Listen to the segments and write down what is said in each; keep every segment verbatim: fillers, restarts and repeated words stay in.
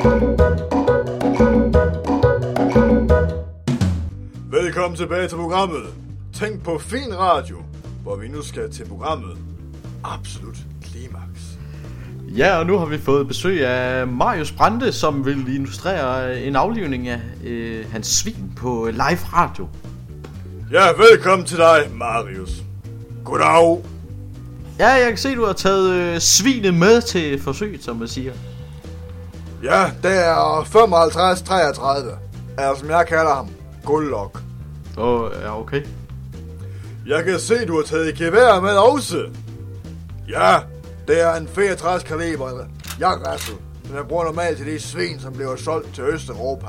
Velkommen tilbage til programmet Tænk på Fin Radio, hvor vi nu skal til programmet Absolut Klimaks. Ja, og nu har vi fået besøg af Marius Brande, som vil illustrere en aflivning af øh, hans svin på live radio. Ja, velkommen til dig, Marius. Goddag. Ja, jeg kan se, du har taget øh, svinet med til forsøget, som man siger. Ja, det er femoghalvtreds treogtredive, eller som jeg kalder ham, Guldlok. Åh, oh, ja, okay. Jeg kan se, du har taget gevær med også. Ja, det er en fireogtres kaliber jagtraffel, som jeg bruger normalt til de svin, som bliver solgt til Østeuropa.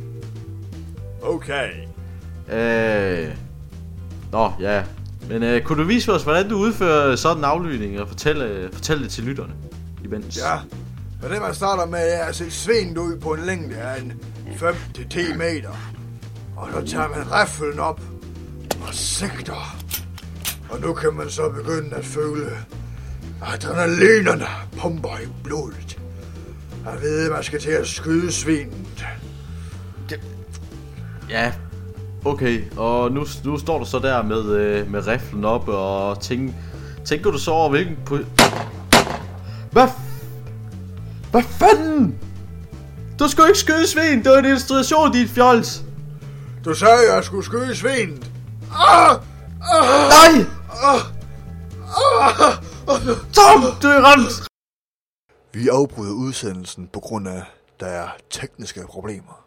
Okay. Øh... Nå, ja. Men øh, kunne du vise os, hvordan du udfører sådan en aflytning og fortælle, fortælle det til lytterne imens? Ja, men det man starter med er at se svinen ud på en længde af en fem til ti meter. Og så tager man riflen op og sigter. Og nu kan man så begynde at føle adrenalinerne pumper i blodet. Jeg ved, at man skal til at skyde svinet. Det... Ja, okay. Og nu, nu står du så der med, øh, med riflen op og tænker, tænker du så over hvilken... På... Hvad? Hvad fanden? Du skal ikke skyde svin. Det var en illustration, dit fjols. Du sagde, at jeg skulle skyde svinet. Ah! Ah! Nej! Ah! Ah! Tom, du er ramt! Vi afbryder udsendelsen på grund af, der er tekniske problemer.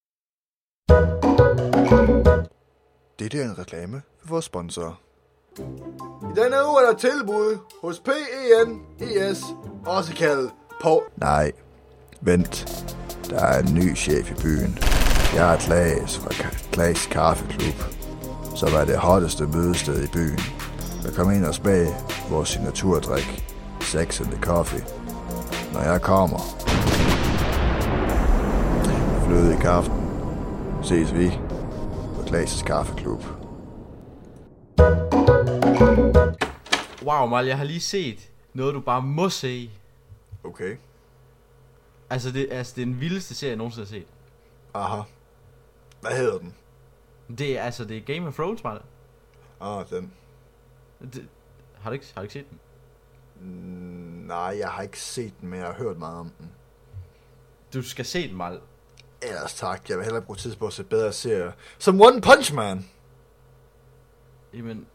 Dette er en reklame for vores sponsorer. I denne uge er der tilbud hos P E N E S, også kaldet på... Nej, vent. Der er en ny chef i byen. Jeg er Klaas fra Klaas Kaffeklub, som er det hotteste mødested i byen. Jeg kommer ind og smag vores signaturdrik, Sex and the Coffee. Når jeg kommer, fløde i kaffen, ses vi på Klaas' Kaffeklub. Wow, Mal, jeg har lige set noget, du bare må se. Okay. Altså, det, altså, det er den vildeste serie, jeg nogensinde har set. Aha. Hvad hedder den? Det er, altså, det er Game of Thrones, Mal. Ah, den. Det, har, du ikke, har du ikke set den? Mm, nej, jeg har ikke set den, men jeg har hørt meget om den. Du skal se den, Mal. Ellers tak, jeg vil hellere bruge tid på at se bedre serier. Som One Punch Man. Jamen...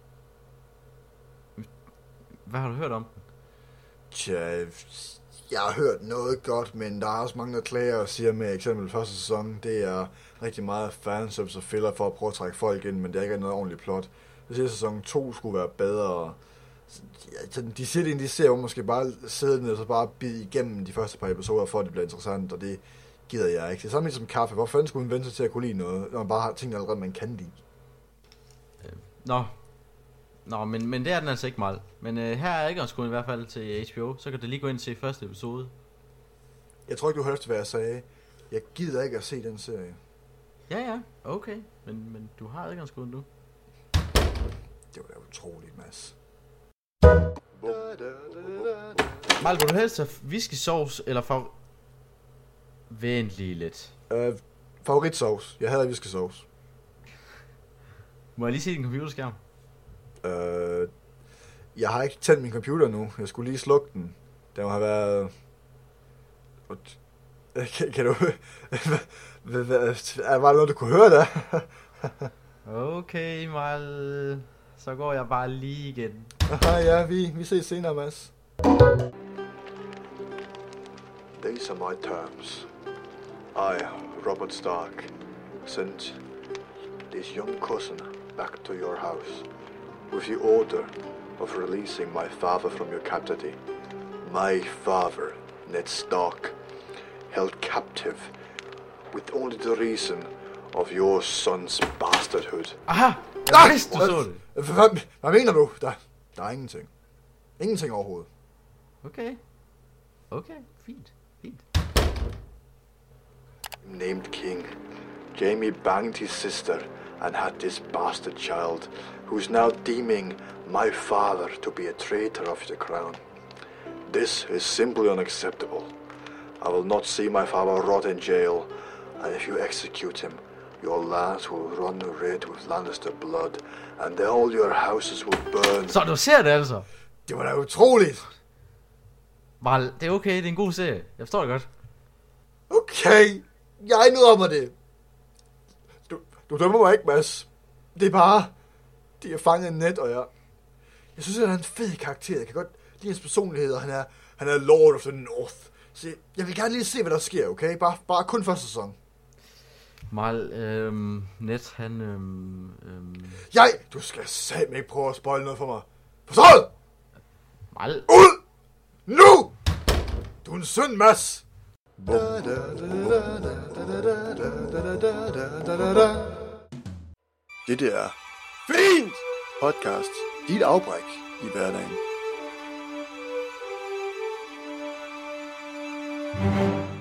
Hvad har du hørt om den? Tja, jeg har hørt noget godt, men der er også mange, der klager og siger med eksempel første sæson, det er rigtig meget fanservice og filler for at prøve at trække folk ind, men det er ikke noget ordentligt plot. Jeg siger, at sæson to skulle være bedre. Ja, de siger det, de ser, hvor man skal bare sidde ned og så bare bide igennem de første par episoder, for at det bliver interessant, og det gider jeg ikke. Det er samme som kaffe. Hvor fanden skulle man vente sig til at kunne lide noget, når man bare har ting allerede, man kan lide? Nå. Nå, men, men det er den altså ikke meget. Men øh, her er adgangskoden i hvert fald til H B O, så kan du lige gå ind og se første episode. Jeg tror ikke, du hørte, hvad jeg sagde. Jeg gider ikke at se den serie. Ja, ja, okay. Men, men du har adgangskoden nu. Det var da utroligt, Mads. Mal, vil du helst have whiskysauce eller for... Vent lige lidt. Øh, favoritsauce. Jeg hader whiskysauce. Må jeg lige se din computerskærm? Øh, jeg har ikke tændt min computer nu. Jeg skulle lige slukke den. Den må have været... Kan, kan du... Var der noget, du kunne høre der? Okay, Mal. Så går jeg bare lige igen. Aha, ja, vi, vi ses senere, Mads. These are my terms. I, Robert Stark, sent this young cousin back to your house with the order of releasing my father from your captivity. My father, Ned Stark, held captive with only the reason of your son's bastardhood. Aha! Nej! Du så det. Hvad, hvad mener du? Der, der er ingenting. Ingenting overhovedet. Okay. Okay, fint. Fint. Named King, Jamie banged his sister and had this bastard child, who's now deeming my father to be a traitor of the crown. This is simply unacceptable. I will not see my father rot in jail. And if you execute him, your lands will run red with Lannister blood, and all your houses will burn. Så du ser det altså? Det var da utroligt. Mal, det er okay, det er en god serie. Jeg forstår det godt. Okay, jeg indrømmer det. Du, du dømmer mig ikke, Mads. Det er bare, de har fanget net, og jeg... Jeg synes, at han er en fed karakter. Jeg kan godt lide hans personlighed, og han er, han er Lord of the North. Så jeg vil gerne lige se, hvad der sker, okay? Bare, bare kun første sæson. Mal, øhm, net, han, øhm, øhm... Jeg, du skal satme ikke prøve at spoile noget for mig. Forstået? Mal. Ud! Nu! Du er en synd, Mads. Det der fint podcast. Dit afbræk i hverdagen.